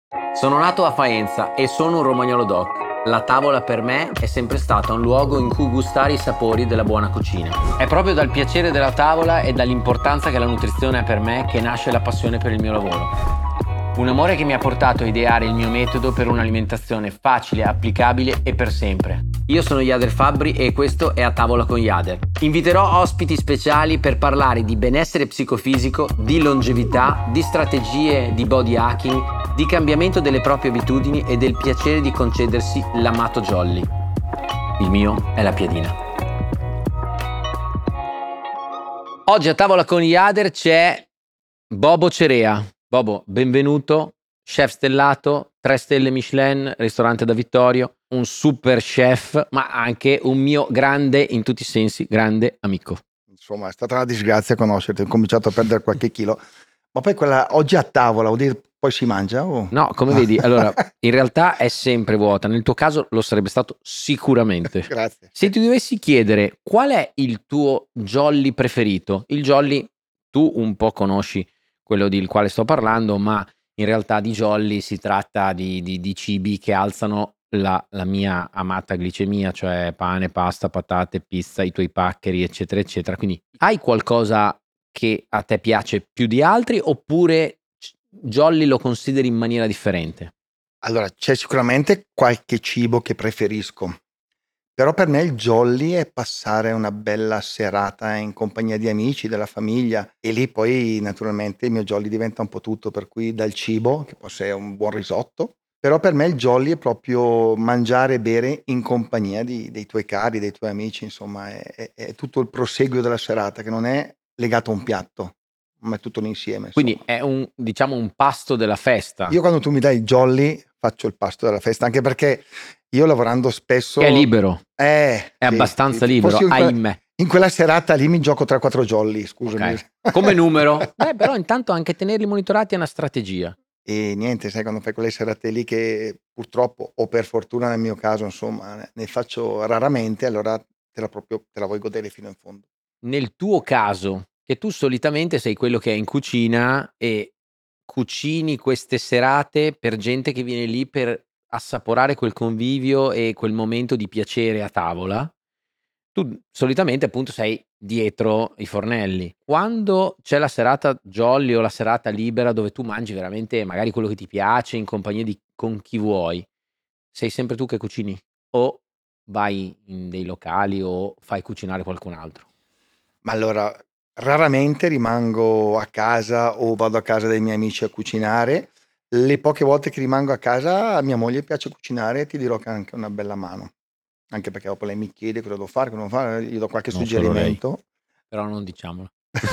Sono nato a Faenza e sono un romagnolo doc. La tavola per me è sempre stata un luogo in cui gustare i sapori della buona cucina. È proprio dal piacere della tavola e dall'importanza che la nutrizione ha per me che nasce la passione per il mio lavoro. Un amore che mi ha portato a ideare il mio metodo per un'alimentazione facile, applicabile e per sempre. Io sono Jader Fabbri e questo è A Tavola con Jader. Inviterò ospiti speciali per parlare di benessere psicofisico, di longevità, di strategie di body hacking, di cambiamento delle proprie abitudini e del piacere di concedersi l'amato jolly. Il mio è la piadina. Oggi a Tavola con Jader c'è Bobo Cerea. Bobo, benvenuto, chef stellato, 3 stelle Michelin, ristorante da Vittorio, un super chef, ma anche un mio grande, in tutti i sensi, grande amico. Insomma, è stata una disgrazia conoscerti, ho cominciato a perdere qualche chilo, ma poi quella oggi a tavola, vuol dire poi si mangia? No, come vedi, allora, in realtà è sempre vuota, nel tuo caso lo sarebbe stato sicuramente. Grazie. Se ti dovessi chiedere qual è il tuo jolly preferito, il jolly tu un po' conosci quello del quale sto parlando, ma in realtà di jolly si tratta di cibi che alzano la mia amata glicemia, cioè pane, pasta, patate, pizza, i tuoi paccheri, eccetera, eccetera. Quindi hai qualcosa che a te piace più di altri oppure jolly lo consideri in maniera differente? Allora, c'è sicuramente qualche cibo che preferisco, però per me il jolly è passare una bella serata in compagnia di amici, della famiglia e lì poi naturalmente il mio jolly diventa un po' tutto, per cui dal cibo, che può essere un buon risotto, però per me il jolly è proprio mangiare e bere in compagnia dei tuoi cari, dei tuoi amici, insomma è tutto il proseguio della serata che non è legato a un piatto, ma è tutto l'insieme, Quindi insomma. è un diciamo un pasto della festa, Io quando tu mi dai il jolly faccio il pasto della festa, anche perché io lavorando che è spesso libero, è sì, sì, abbastanza forse libero, io ahimè. in quella serata lì mi gioco 3-4 jolly, scusami. Okay. Come numero? Beh, però intanto anche tenerli monitorati è una strategia. E niente, sai quando fai quelle serate lì che purtroppo o per fortuna nel mio caso insomma ne faccio raramente, allora te la vuoi godere fino in fondo. Nel tuo caso, che tu solitamente sei quello che è in cucina e cucini queste serate per gente che viene lì per assaporare quel convivio e quel momento di piacere a tavola. Tu solitamente appunto sei dietro i fornelli. Quando c'è la serata jolly o la serata libera dove tu mangi veramente magari quello che ti piace in compagnia di con chi vuoi, sei sempre tu che cucini o vai in dei locali o fai cucinare qualcun altro? Ma allora, raramente rimango a casa o vado a casa dei miei amici a cucinare. Le poche volte che rimango a casa a mia moglie piace cucinare e ti dirò che ha anche una bella mano. Anche perché dopo lei mi chiede cosa devo fare, cosa devo fare, gli do qualche Non solo lei, suggerimento. però non diciamolo.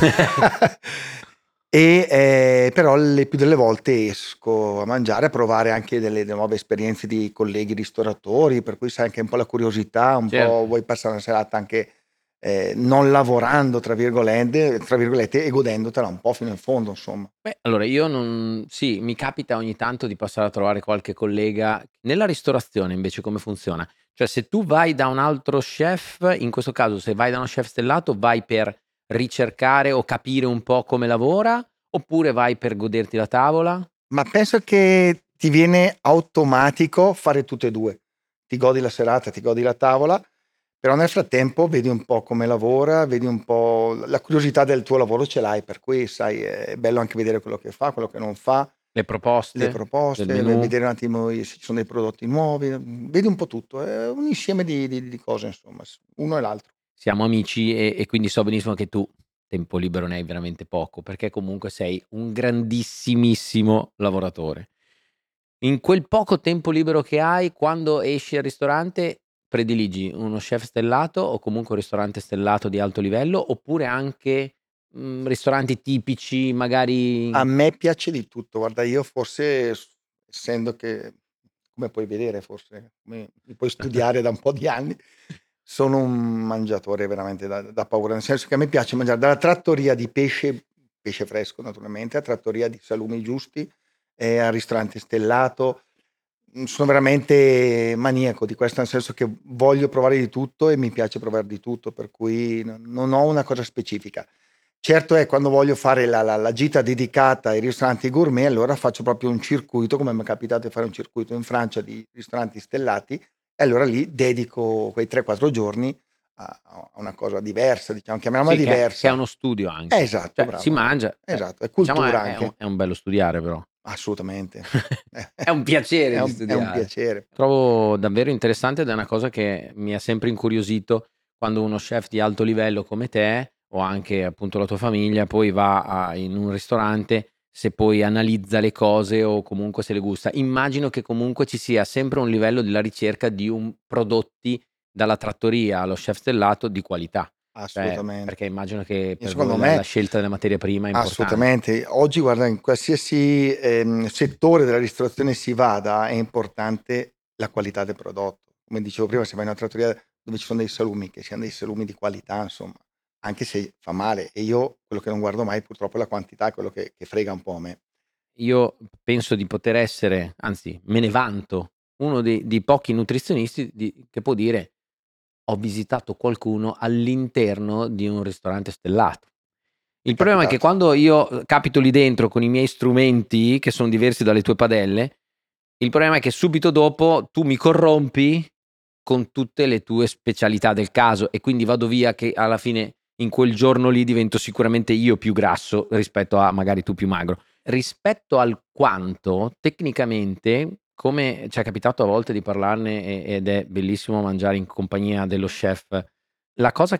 Però le più delle volte esco a mangiare, a provare anche delle nuove esperienze di colleghi ristoratori, per cui sai anche un po' la curiosità, un po' Certo. vuoi passare una serata anche, non "lavorando" tra virgolette e godendotela un po' fino in fondo insomma. Beh, allora io non sì, mi capita ogni tanto di passare a trovare qualche collega. Nella ristorazione invece come funziona? Cioè se tu vai da un altro chef, in questo caso se vai da uno chef stellato, vai per ricercare o capire un po' come lavora, oppure vai per goderti la tavola? Ma penso che ti viene automatico fare tutte e 2. Ti godi la serata, ti godi la tavola, però nel frattempo vedi un po' come lavora, vedi un po' la curiosità del tuo lavoro ce l'hai, per cui sai è bello anche vedere quello che fa, quello che non fa, Le le proposte del proposte, menù? vedere un attimo se ci sono dei prodotti nuovi, vedi un po' tutto, è un insieme di cose insomma, uno e l'altro. Siamo amici e quindi so benissimo che tu tempo libero ne hai veramente poco, perché comunque sei un grandissimissimo lavoratore. In quel poco tempo libero che hai, quando esci al ristorante, prediligi uno chef stellato o comunque un ristorante stellato di alto livello, oppure anche, ristoranti tipici A magari me piace di tutto, guarda io forse essendo che, come puoi vedere forse, come mi puoi studiare da un po' di anni, sono un mangiatore veramente da paura, nel senso che a me piace mangiare dalla trattoria di pesce, pesce fresco naturalmente, a trattoria di salumi giusti e al ristorante stellato. Sono veramente maniaco di questo, nel senso che voglio provare di tutto e mi piace provare di tutto, per cui non ho una cosa specifica. Certo è, quando voglio fare la gita dedicata ai ristoranti gourmet, allora faccio proprio un circuito, come m'è capitato di fare un circuito in Francia di ristoranti stellati, e allora lì dedico quei 3, 4 giorni a una cosa diversa, diciamo, chiamiamola Sì, che è diversa. uno studio anche. Esatto, Cioè si bravo. mangia, Esatto, è diciamo cultura anche. è un bello studiare però. Assolutamente. È un piacere di È un studiare. piacere. Trovo davvero interessante ed è una cosa che mi ha sempre incuriosito quando uno chef di alto livello come te, o anche appunto la tua famiglia, poi va in un ristorante, se poi analizza le cose o comunque se le gusta. Immagino che comunque ci sia sempre un livello della ricerca di un prodotti dalla trattoria allo chef stellato di qualità. Cioè, perché Assolutamente. immagino che E per secondo voi la me scelta della materia prima è importante. assolutamente. Oggi guarda, in qualsiasi, settore della ristorazione si vada, è importante la qualità del prodotto. Come dicevo prima, se vai in una trattoria dove ci sono dei salumi, che siano dei salumi di qualità, insomma, anche se fa male. E io quello che non guardo mai purtroppo è la quantità, è quello che frega un po' a me. Io penso di poter essere, anzi me ne vanto, uno dei pochi nutrizionisti che può dire: "Ho visitato qualcuno all'interno di un ristorante stellato". È Il problema è che capitato. quando io capito lì dentro con i miei strumenti, che son diversi dalle tue padelle, il problema è che subito dopo tu mi corrompi con tutte le tue specialità del caso e quindi vado via che alla fine in quel giorno lì divento sicuramente io più grasso rispetto a magari tu più magro. Rispetto al quanto tecnicamente, come ci è capitato a volte di parlarne ed è bellissimo mangiare in compagnia dello chef, la cosa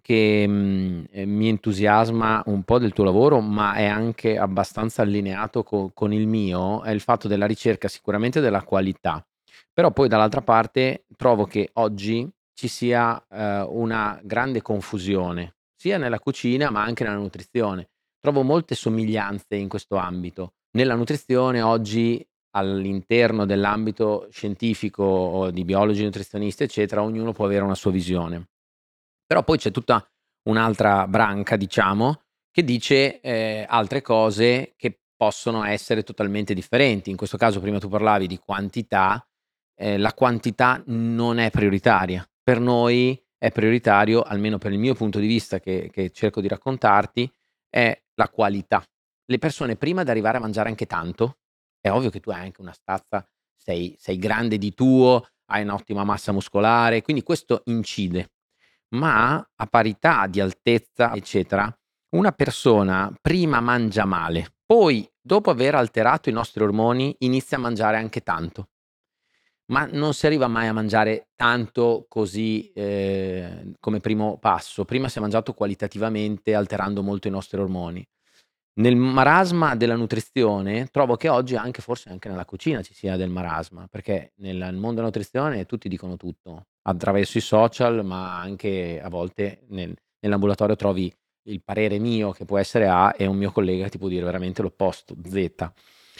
che mi entusiasma un po' del tuo lavoro, ma è anche abbastanza allineato con il mio, è il fatto della ricerca sicuramente della qualità. Però poi dall'altra parte trovo che oggi ci sia, una grande confusione, sia nella cucina ma anche nella nutrizione. Trovo molte somiglianze in questo ambito. Nella nutrizione oggi, all'interno dell'ambito scientifico o di biologi, nutrizionisti, eccetera, ognuno può avere una sua visione. Però poi c'è tutta un'altra branca, diciamo, che dice, altre cose che possono essere totalmente differenti. In questo caso prima tu parlavi di quantità, la quantità non è prioritaria. Per noi è prioritario, almeno per il mio punto di vista che cerco di raccontarti, è la qualità. Le persone prima di arrivare a mangiare anche tanto, è ovvio che tu hai anche una stazza, sei grande di tuo, hai un'ottima massa muscolare, quindi questo incide. Ma a parità di altezza, eccetera, una persona prima mangia male, poi dopo aver alterato i nostri ormoni inizia a mangiare anche tanto. Ma non si arriva mai a mangiare tanto così, come primo passo. Prima si è mangiato qualitativamente alterando molto i nostri ormoni. Nel marasma della nutrizione trovo che oggi anche forse anche nella cucina ci sia del marasma, perché nel mondo della nutrizione tutti dicono tutto, attraverso i social, ma anche a volte nell'ambulatorio trovi il parere mio che può essere A e un mio collega che ti può dire veramente l'opposto, Z.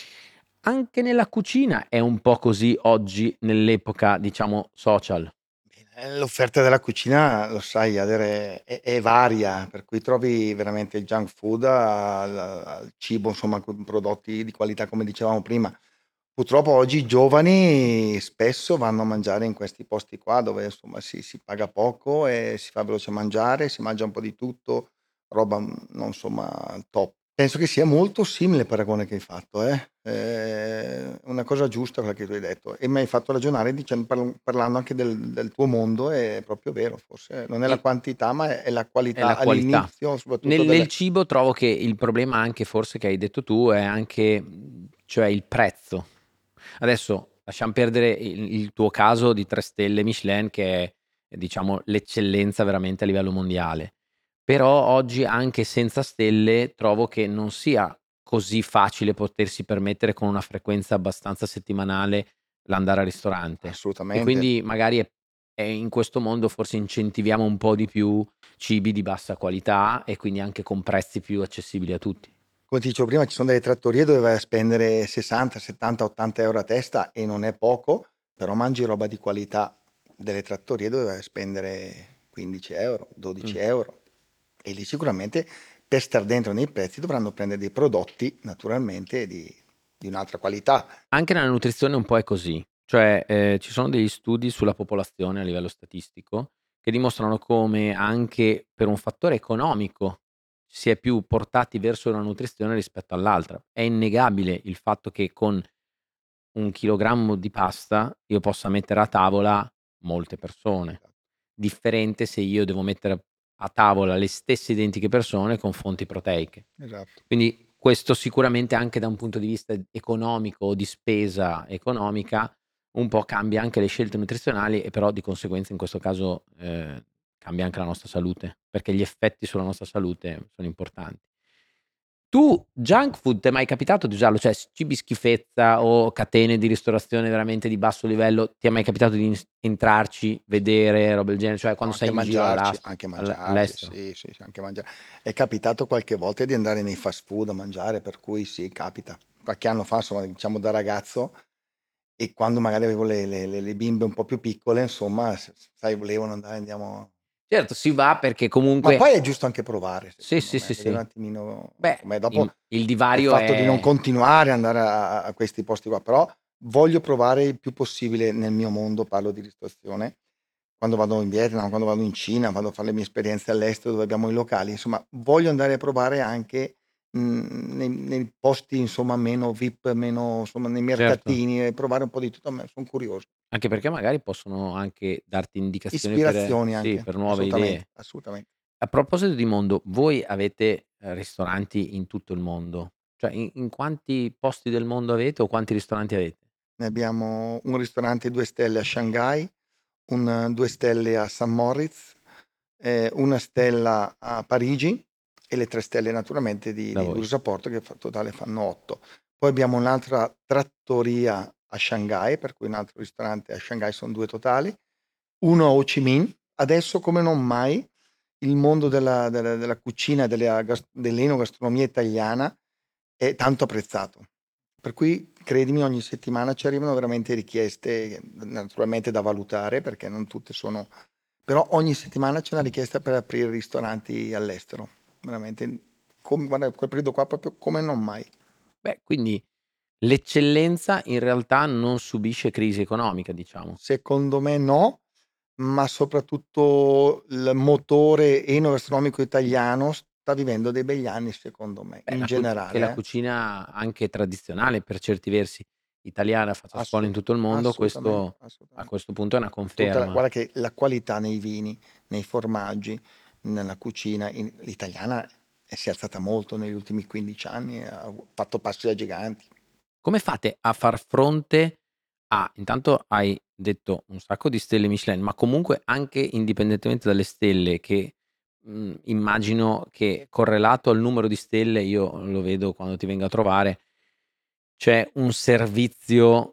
Anche nella cucina è un po' così oggi nell'epoca, diciamo, social. L'offerta della cucina, lo sai, Adele, è varia, per cui trovi veramente il junk food al cibo, insomma, con prodotti di qualità, come dicevamo prima. Purtroppo oggi i giovani spesso vanno a mangiare in questi posti qua dove, insomma, si paga poco e si fa veloce mangiare, si mangia un po' di tutto, roba, non insomma top. Penso che sia molto simile il paragone che hai fatto, una cosa giusta quella che tu hai detto e mi hai fatto ragionare parlando anche del tuo mondo, è proprio vero, forse non è la E quantità, ma è la è qualità la qualità. all'inizio, soprattutto Nel delle. cibo trovo che il problema anche forse che hai detto tu è anche, cioè il prezzo. Adesso lasciam perdere il tuo caso di 3 stelle Michelin che è, diciamo, l'eccellenza veramente a livello mondiale. Però oggi anche senza stelle trovo che non sia così facile potersi permettere con una frequenza abbastanza settimanale l'andare al ristorante. E Assolutamente. quindi magari è in questo mondo forse incentiviamo un po' di più cibi di bassa qualità e quindi anche con prezzi più accessibili a tutti. Come ti dicevo prima, ci sono delle trattorie dove vai a spendere 60, 70, 80 € a testa e non è poco, però mangi roba di qualità. Delle trattorie dove vai a spendere 15 €, Mh. 12 € e lì sicuramente per star dentro nei prezzi dovranno prendere dei prodotti naturalmente di un'altra qualità. Anche nella nutrizione un po' è così, cioè, ci sono degli studi sulla popolazione a livello statistico che dimostrano come anche per un fattore economico si è più portati verso la nutrizione rispetto all'altra. È innegabile il fatto che con 1 chilogrammo di pasta io possa mettere a tavola molte persone. Esatto, Differente se io devo mettere a tavola le stesse identiche persone con fonti proteiche. esatto. Quindi questo sicuramente anche da un punto di vista economico o di spesa economica, un po' cambia anche le scelte nutrizionali e però di conseguenza in questo caso, cambia anche la nostra salute, perché gli effetti sulla nostra salute sono importanti. Tu junk food t'è mai capitato di usarlo? Cioè cibi schifezza o catene di ristorazione veramente di basso livello, ti è mai capitato di entrarci, vedere, robe del genere, cioè No, quando sei in giro anche mangiarci, all'estero? sì, sì, sì, anche mangiare. È capitato qualche volta di andare nei fast food a mangiare, per cui sì, capita. Qualche anno fa, insomma, diciamo da ragazzo, e quando magari avevo le bimbe un po' più piccole, insomma, sai, volevano andare, andiamo. Certo, si va perché Ma comunque poi è giusto anche provare, sì, secondo sì, me, sì, vedere un sì. attimino Beh, com'è. Dopo il il divario fatto di non è continuare ad andare a questi posti qua, però voglio provare il più possibile nel mio mondo, parlo di ristorazione, quando vado in Vietnam, quando vado in Cina, vado a fare le mie esperienze all'estero dove abbiamo i locali, insomma voglio andare a provare anche, nei posti insomma meno VIP, meno insomma nei certo, mercatini, e provare un po' di tutto, a me son curioso. anche perché magari possono anche darti indicazioni per Ispirazioni sì, anche, per nuove assolutamente, idee. assolutamente. A proposito di mondo, voi avete, ristoranti in tutto il mondo? Cioè in quanti posti del mondo avete o quanti ristoranti avete? Ne abbiamo un ristorante 2 stelle a Shanghai, un 2 stelle a St. Moritz, 1 stella a Parigi e le 3 stelle naturalmente Da di voi? Lusaport, che totale fanno 8. Poi abbiamo un'altra trattoria a Shanghai, per cui un altro ristorante a Shanghai, son 2 totali, uno a Ho Chi Minh. Adesso come non mai il mondo della cucina, dell'enogastronomia italiana è tanto apprezzato. Per cui credimi, ogni settimana ci arrivano veramente richieste, naturalmente da valutare perché non tutte sono, però ogni settimana c'è una richiesta per aprire ristoranti all'estero. Veramente, guarda, quel periodo qua proprio come non mai. Beh, quindi l'eccellenza in realtà non subisce crisi economica, diciamo. Secondo me no, ma soprattutto il motore enogastronomico italiano sta vivendo dei begli anni, secondo me, Beh, in che la generale, cucina anche tradizionale per certi versi italiana faccia scuola in tutto il mondo, assolutamente, questo a assolutamente. questo punto è una Tutta la conferma. Guarda che la qualità nei vini, nei formaggi, nella cucina l'italiana si è alzata molto negli ultimi 15 anni, ha fatto passi da giganti. Come fate a far fronte a intanto hai detto un sacco di stelle Michelin, ma comunque anche indipendentemente dalle stelle che, immagino che correlato al numero di stelle, io lo vedo quando ti vengo a trovare, c'è un servizio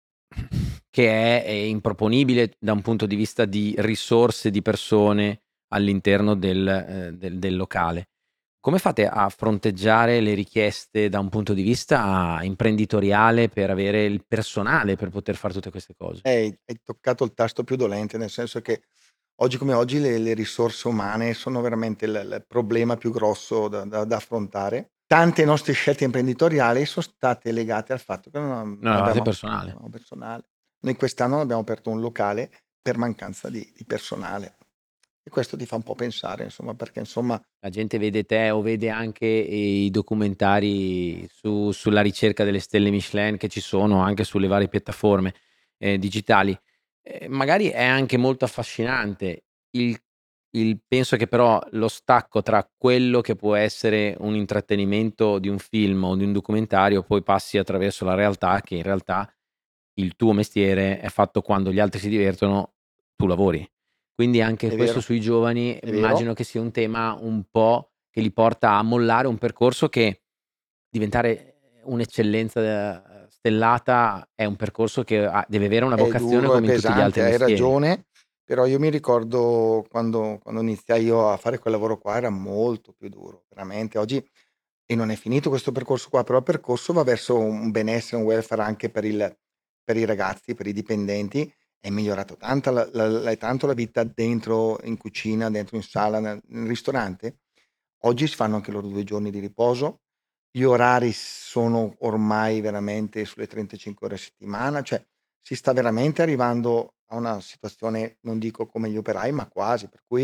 che è improponibile da un punto di vista di risorse di persone all'interno del locale. Come fate a fronteggiare le richieste da un punto di vista imprenditoriale per avere il personale per poter far tutte queste cose? Hai toccato il tasto più dolente, nel senso che oggi come oggi le risorse umane sono veramente il problema più grosso da affrontare. Tante nostre scelte imprenditoriali son state legate al fatto che Non avevate personale. avevamo personale. Noi quest'anno abbiamo aperto un locale per mancanza di personale, e questo ti fa un po' pensare, insomma, perché insomma La gente vede te o vede anche i documentari sulla ricerca delle stelle Michelin che ci sono anche sulle varie piattaforme, digitali. Magari è anche molto affascinante il penso che però lo stacco tra quello che può essere un intrattenimento di un film o di un documentario, poi passi attraverso la realtà che in realtà il tuo mestiere è fatto quando gli altri si divertono, tu lavori. Quindi anche è questo vero, sui giovani è vero. immagino che sia un tema un po' che li porta a mollare un percorso che diventare un'eccellenza, stellata è un percorso che deve avere una È vocazione duro, è come in tutti gli altri pesante, hai mestieri. ragione, però io mi ricordo quando iniziai io a fare quel lavoro qua era molto più duro, veramente. Oggi e non è finito questo percorso qua, però il percorso va verso un benessere, un welfare anche per i ragazzi, per i dipendenti. È migliorato tanto tanto la vita dentro in cucina, dentro in sala, nel ristorante. Oggi si fanno anche loro 2 giorni di riposo. Gli orari sono ormai veramente sulle 35 ore a settimana, cioè si sta veramente arrivando a una situazione, non dico come gli operai, ma quasi, per cui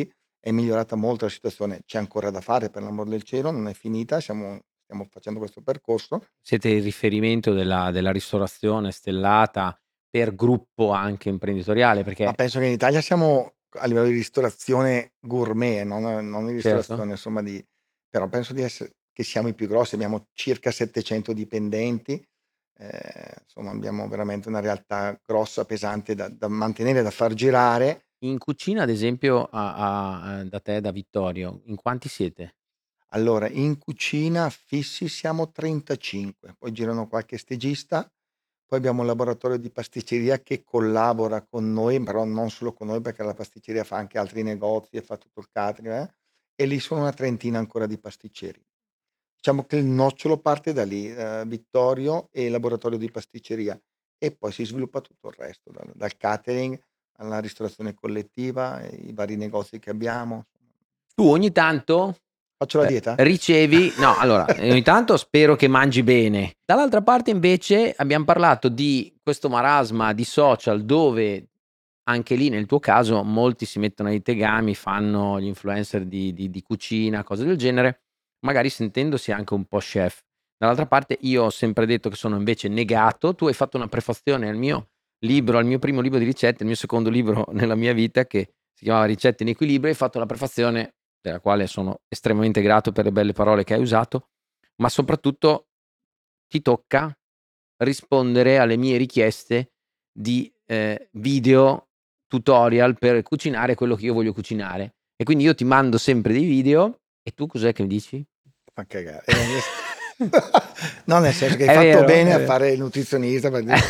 è migliorata molto la situazione. C'è ancora da fare, per l'amor del cielo, non è finita, stiamo facendo questo percorso. Siete il riferimento della ristorazione stellata per gruppo anche imprenditoriale, Ma perché penso che in Italia siamo a livello di ristorazione gourmet, non di certo. ristorazione insomma però penso che siamo i più grossi, abbiamo circa 700 dipendenti, insomma abbiamo veramente una realtà grossa, pesante da mantenere, da far girare. In cucina ad esempio da te, da Vittorio, in quanti siete? Allora, in cucina fissi siamo 35, poi girano qualche stagista, poi abbiamo un laboratorio di pasticceria che collabora con noi, però non solo con noi perché la pasticceria fa anche altri negozi e fa tutto il catering, e lì sono una trentina ancora di pasticceri. Diciamo che il nocciolo parte da lì, Vittorio e il laboratorio di pasticceria, e poi si sviluppa tutto il resto, dal catering alla ristorazione collettiva, i vari negozi che abbiamo. Tu ogni tanto, Faccio la dieta? ricevi no, allora, ogni tanto spero che mangi bene. Dall'altra parte invece abbiam parlato di questo marasma di social dove, anche lì nel tuo caso, molti si mettono ai tegami, fanno gli influencer di cucina, cose del genere, magari sentendosi anche un po' chef. Dall'altra parte io ho sempre detto che sono invece negato. Tu hai fatto una prefazione al mio libro, al mio primo libro di ricette, il mio secondo libro nella mia vita che si chiamava Ricette in equilibrio, hai fatto la prefazione della quale sono estremamente grato per le belle parole che hai usato, ma soprattutto ti tocca rispondere alle mie richieste di, video tutorial per cucinare quello che io voglio cucinare. E quindi io ti mando sempre dei video e tu cos'è che mi dici? Fa cagare. No, nel senso che hai È fatto vero, bene è a vero. fare il nutrizionista per dire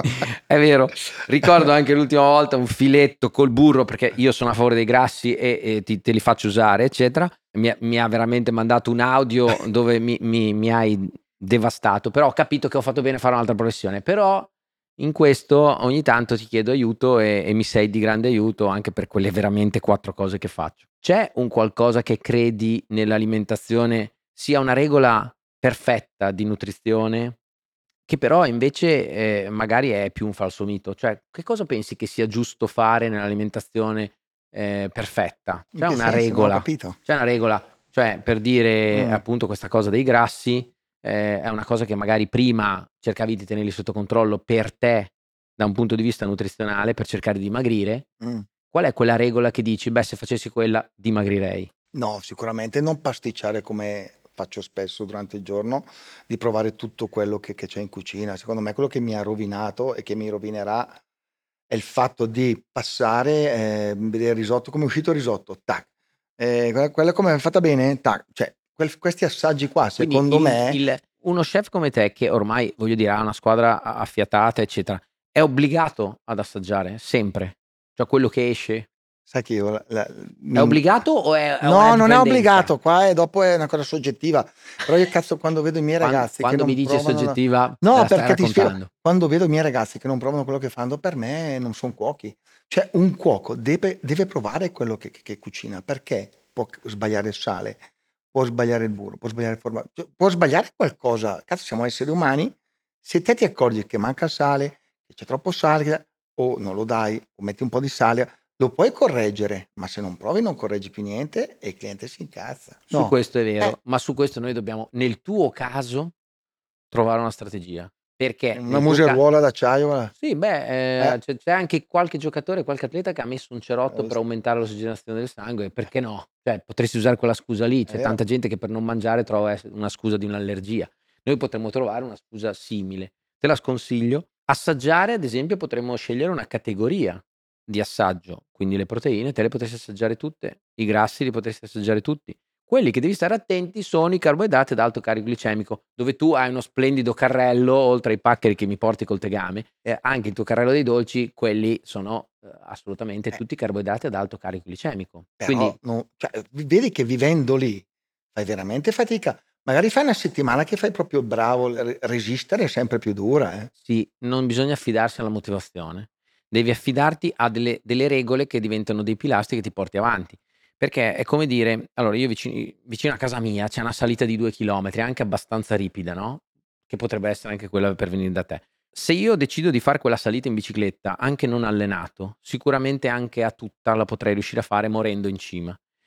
È vero. Ricordo anche l'ultima volta un filetto col burro, perché io sono a favore dei grassi e te li faccio usare, eccetera. Mi ha veramente mandato un audio dove mi hai devastato, però ho capito che ho fatto bene a fare un'altra professione. Però in questo ogni tanto ti chiedo aiuto e mi sei di grande aiuto anche per quelle veramente 4 cose che faccio. C'è un qualcosa che credi nell'alimentazione sia una regola perfetta di nutrizione, che però invece, magari è più un falso mito? Cioè, che cosa pensi che sia giusto fare nell'alimentazione, perfetta? In che senso? Non ho capito. C'è una regola? Cioè, per dire Mh, appunto questa cosa dei grassi, è una cosa che magari prima cercavi di tenerli sotto controllo per te, da un punto di vista nutrizionale, per cercare di dimagrire. mh. Qual è quella regola che dici: "Beh, se facessi quella dimagrirei"? No, sicuramente non pasticciare come faccio spesso durante il giorno, di provare tutto quello che c'è in cucina. Secondo me quello che mi ha rovinato e che mi rovinerà è il fatto di passare, vedere il risotto, come è uscito il risotto, tac. Quella come è fatta bene? Tac. Cioè questi assaggi qua Quindi secondo me. uno chef come te che ormai, voglio dire, ha una squadra affiatata, eccetera, è obbligato ad assaggiare sempre? Cioè quello che esce? Sai che io la È mi obbligato o è a no, non è dipendenza? obbligato, qua dopo è una cosa soggettiva. Però io cazzo quando vedo i miei ragazzi che Quando mi non dici provano soggettiva, me no, la stai perché ti spiego, raccontando. quando vedo i miei ragazzi che non provano quello che fanno, per me non son cuochi. Cioè un cuoco deve provare quello che cucina, perché può sbagliare il sale, può sbagliare il burro, può sbagliare il cioè può sbagliare qualcosa. Cazzo, siamo esseri umani, se te ti accorgi che manca il sale, che c'è troppo sale, o non lo dai, o metti un po' di sale, lo puoi correggere, ma se non provi non correggi più niente e il cliente si incazza. Su No, questo è eh, vero, ma su questo noi dobbiamo, nel tuo caso, trovare una strategia. Perché una nel tuo ca museruola d'acciaio, guarda. Sì, beh, c'è anche qualche giocatore, qualche atleta che ha messo un cerotto Hai per visto? aumentare l'ossigenazione del sangue, perché no? Cioè, potresti usare quella scusa lì. È C'è vero. tanta gente che per non mangiare trova una scusa di un'allergia. Noi potremmo trovare una scusa simile. Te la sconsiglio. Assaggiare, ad esempio, potremmo scegliere una categoria di assaggio, quindi le proteine te le potresti assaggiare tutte, i grassi li potresti assaggiare tutti. Quelli che devi stare attenti sono i carboidrati ad alto carico glicemico, dove tu hai uno splendido carrello, oltre ai paccheri che mi porti col tegame, anche il tuo carrello dei dolci, quelli sono, assolutamente Eh, tutti carboidrati ad alto carico glicemico. però Quindi cioè, vedi che vivendo lì fai veramente fatica. Magari fai una settimana che fai proprio il bravo, resistere è sempre più dura, eh. sì, non bisogna affidarsi alla motivazione. Devi affidarti a delle regole che diventano dei pilastri che ti porti avanti. Perché è come dire, allora io vicino a casa mia c'è una salita di 2 chilometri, anche abbastanza ripida, no, che potrebbe essere anche quella per venire da te. Se io decido di fare quella salita in bicicletta, anche non allenato, sicuramente anche a tutta la potrei riuscire a fare morendo in cima.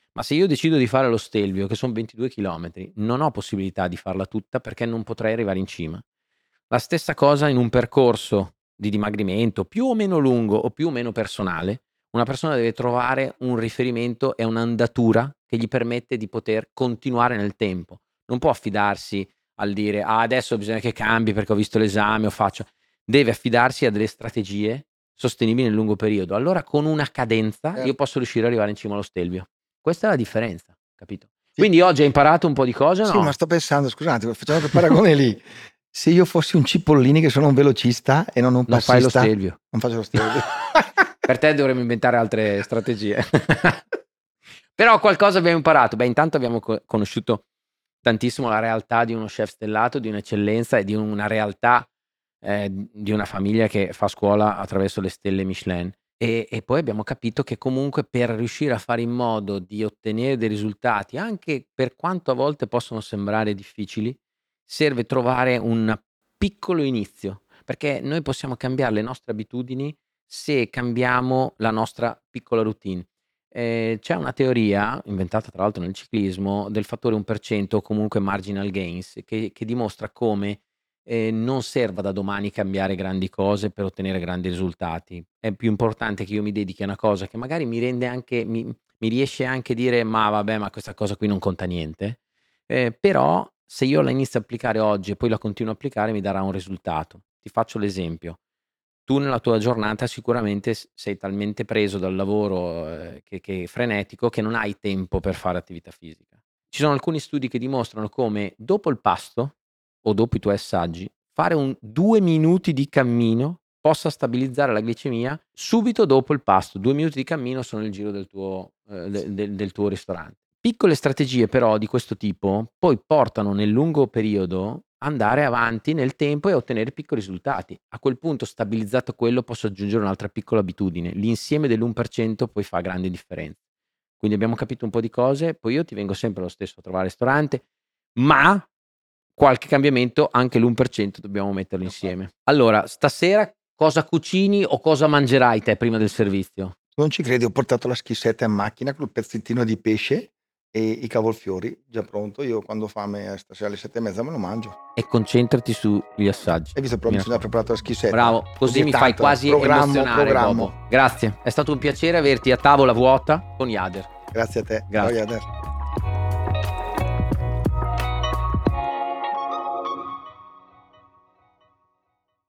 Ma se io decido di fare lo Stelvio, che sono 22 chilometri, non ho possibilità di farla tutta perché non potrei arrivare in cima. La stessa cosa in un percorso di dimagrimento più o meno lungo o più o meno personale, una persona deve trovare un riferimento e un'andatura che gli permette di poter continuare nel tempo. Non può affidarsi al dire adesso bisogna che cambi perché ho visto l'esame o faccio. Deve affidarsi a delle strategie sostenibili nel lungo periodo. Allora con una cadenza io posso riuscire ad arrivare in cima allo Stelvio. Questa è la differenza, capito? Sì. Quindi oggi hai imparato un po' di cose o no? Sì, ma sto pensando, scusate, facciamo quel paragone lì. Se io fossi un Cipollini che sono un velocista e non un Non fai lo passista, Stelvio. non faccio lo Stelvio. Per te dovremmo inventare altre strategie. Però qualcosa abbiamo imparato. Beh, intanto abbiamo conosciuto tantissimo la realtà di uno chef stellato, di un'eccellenza e di una realtà di una famiglia che fa scuola attraverso le stelle Michelin. E poi abbiamo capito che comunque per riuscire a fare in modo di ottenere dei risultati, anche per quanto a volte possono sembrare difficili, serve trovare un piccolo inizio, perché noi possiamo cambiare le nostre abitudini se cambiamo la nostra piccola routine. C'è una teoria, inventata tra l'altro nel ciclismo, del fattore 1% o comunque marginal gains, che dimostra come non serva da domani cambiare grandi cose per ottenere grandi risultati. È più importante che io mi dedichi a una cosa che magari mi rende anche, mi riesce anche a dire ma vabbè, ma questa cosa qui non conta niente. Però se io la inizio a applicare oggi e poi la continuo a applicare mi darà un risultato. Ti faccio l'esempio. Tu nella tua giornata sicuramente sei talmente preso dal lavoro che è frenetico che non hai tempo per fare attività fisica. Ci sono alcuni studi che dimostrano come dopo il pasto o dopo i tuoi assaggi fare un 2 minuti di cammino possa stabilizzare la glicemia subito dopo il pasto. 2 minuti di cammino sono il giro del tuo, del tuo ristorante. Piccole strategie però di questo tipo poi portano nel lungo periodo andare avanti nel tempo e ottenere piccoli risultati. A quel punto, stabilizzato quello, posso aggiungere un'altra piccola abitudine. L'insieme dell'1% poi fa grandi differenze. Quindi abbiamo capito un po' di cose, poi io ti vengo sempre lo stesso a trovare al ristorante, ma qualche cambiamento, anche l'1% dobbiamo metterlo insieme. Allora, stasera cosa cucini o cosa mangerai te prima del servizio? Non ci credi, ho portato la schiscetta in macchina col pezzettino di pesce e i cavolfiori già pronto. Io quando ho fame stasera alle 7:30 me lo mangio. E concentrati sugli assaggi. Hai visto, però mi sono già preparato la schiscetta. Bravo, così mi fai quasi emozionare, Bobo. Grazie, è stato un piacere averti a tavola vuota con Jader. Grazie a te. Grazie. Ciao Jader.